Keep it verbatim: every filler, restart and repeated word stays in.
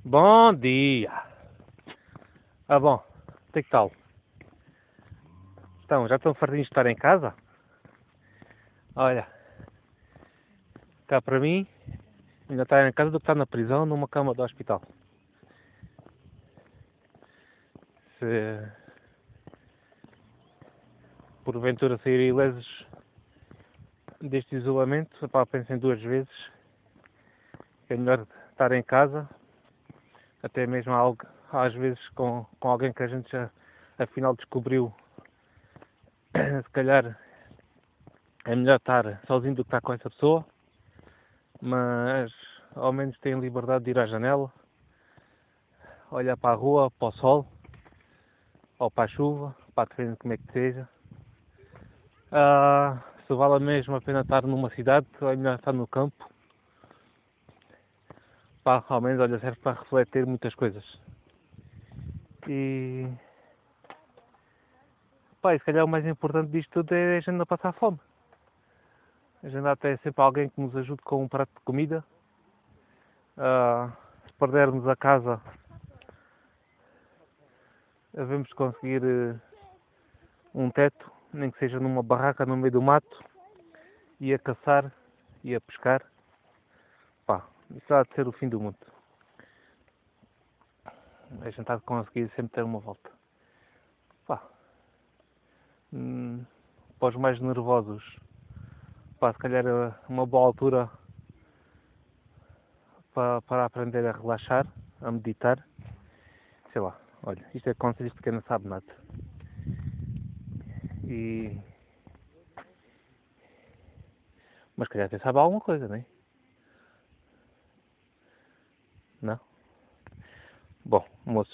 Bom dia! Ah, bom, tem que tal? Então, já estão fartinhos de estar em casa? Olha, cá para mim, ainda está em casa do que está na prisão, numa cama do hospital. Se porventura saírem ilesos deste isolamento, pá, pensem duas vezes. É melhor estar em casa, até mesmo algo, às vezes com, com alguém que a gente já afinal descobriu. Se calhar é melhor estar sozinho do que estar com essa pessoa, mas ao menos têm liberdade de ir à janela, olhar para a rua, para o sol, ou para a chuva, para depende de como é que seja. Ah, se vale mesmo a pena estar numa cidade, ou é melhor estar no campo. Pá, ao menos olha, serve para refletir muitas coisas. E pá, e se calhar o mais importante disto tudo é a gente não passar fome. A gente até sempre alguém que nos ajude com um prato de comida. Ah, se perdermos a casa, devemos conseguir uh, um teto, nem que seja numa barraca no meio do mato, e a caçar e a pescar. Pá, isso há de ser o fim do mundo. A gente há de conseguir sempre ter uma volta. Pá, hum, para os mais nervosos, pá, se calhar é uma boa altura para, para aprender a relaxar, a meditar. Sei lá, olha, isto é conselhos de quem não sabe nada. E... Mas calhar até sabe alguma coisa, não é? Não? Bom, moço.